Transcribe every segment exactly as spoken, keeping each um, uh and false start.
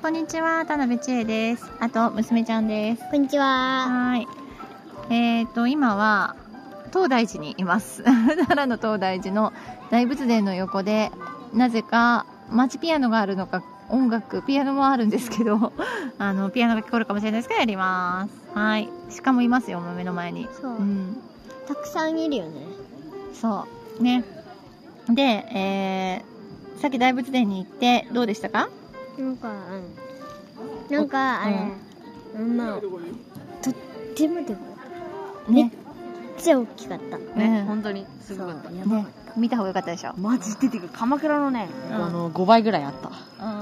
こんにちは、田辺千恵です。あと、娘ちゃんです。 こんにちは。 はい。えっと、今は、東大寺にいます。奈良の東大寺の大仏殿の横で、なぜか、街ピアノがあるのか、音楽、ピアノもあるんですけど、あの、ピアノが聞こえるかもしれないですけど、やります。はい。鹿もいますよ、目の前に。 そう。 うん。 たくさんいるよね。 そう。ね。で、えー、さっき大仏殿に行って、どうでしたか？ なんか、うん、なんか、あれ、うん、まあ、とってもでかかった。ね。めっちゃ大きかった。 ね、本当にすごかった。 ね、見た方がよかったでしょ。 マジ出てくる。鎌倉のね、あのごばいぐらいあった。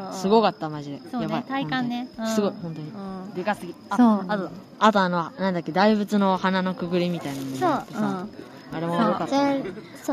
すごかったマジで。 そうね、体感ね。 すごい本当に。でかすぎ。 そう。 あとあとあのなんだっけ、大仏の花のくぐりみたいなのもあってさ、あれも良かった。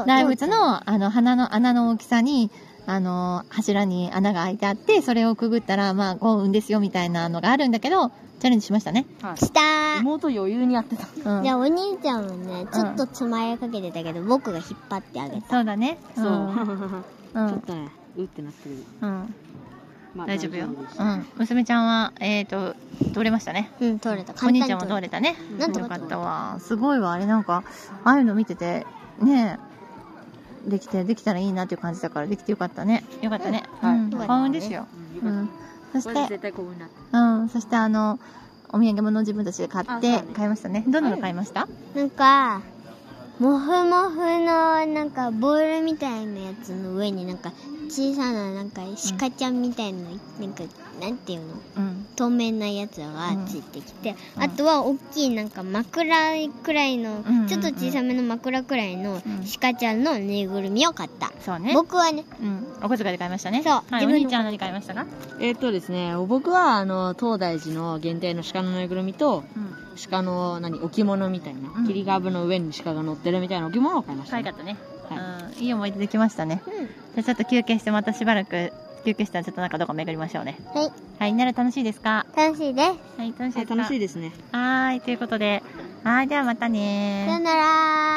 大仏のあの花の穴の大きさに。あの柱に穴が開いてあって、それをくぐったらまあ幸運ですよみたいなのがあるんだけど、チャレンジしましたね。 はい、したー。 妹余裕にやってた。 うん、じゃあお兄ちゃんはね、ちょっとつまりかけてたけど、うん、僕が引っ張ってあげた。 そうだね。 そう。うん、ちょっとね、うってなってる。 うん。まあ、大丈夫よ。うん。娘ちゃんはえっと通れましたね。 うん、通れた。 お兄ちゃんも通れたね。よかったわ。すごいわ。あれなんかああいうの見ててね。できてできたらいいなっていう感じだから、できてよかったね。よかったね。うん。幸運ですよ。うん。そして、うん。そしてあのお土産物を自分たちで買って買いましたね。どんなの買いました？ なんかモフモフのなんかボールみたいなやつの上になんか小さななんか鹿ちゃんみたいな、なんかなんていうの、うん、透明なやつがついてきて、うん、あとは大きいなんか枕くらいの、うんうんうん、ちょっと小さめの枕くらいの鹿ちゃんのぬいぐるみを買った。 そうね。 僕はね、 うん、お小遣いで買いましたね。 そう。 はい、お兄ちゃんは何買いましたか？ えーっとですね、僕はあの東大寺の限定の鹿のぬいぐるみと、うん、鹿の何置物みたいな、うん、切り株の上に鹿が乗ってるみたいな置物を買いました、ね。 可愛かったね。はい、うん、いい思い出できましたね。うん、じゃあちょっと休憩して、またしばらく休憩したらちょっとなんかどこか巡りましょうね。 はい。 はい、なら楽しいですか？ 楽しいです。 はい、楽しいですか？ 楽しいですね。 はい、ということで、はい、ではまたね。 さよなら。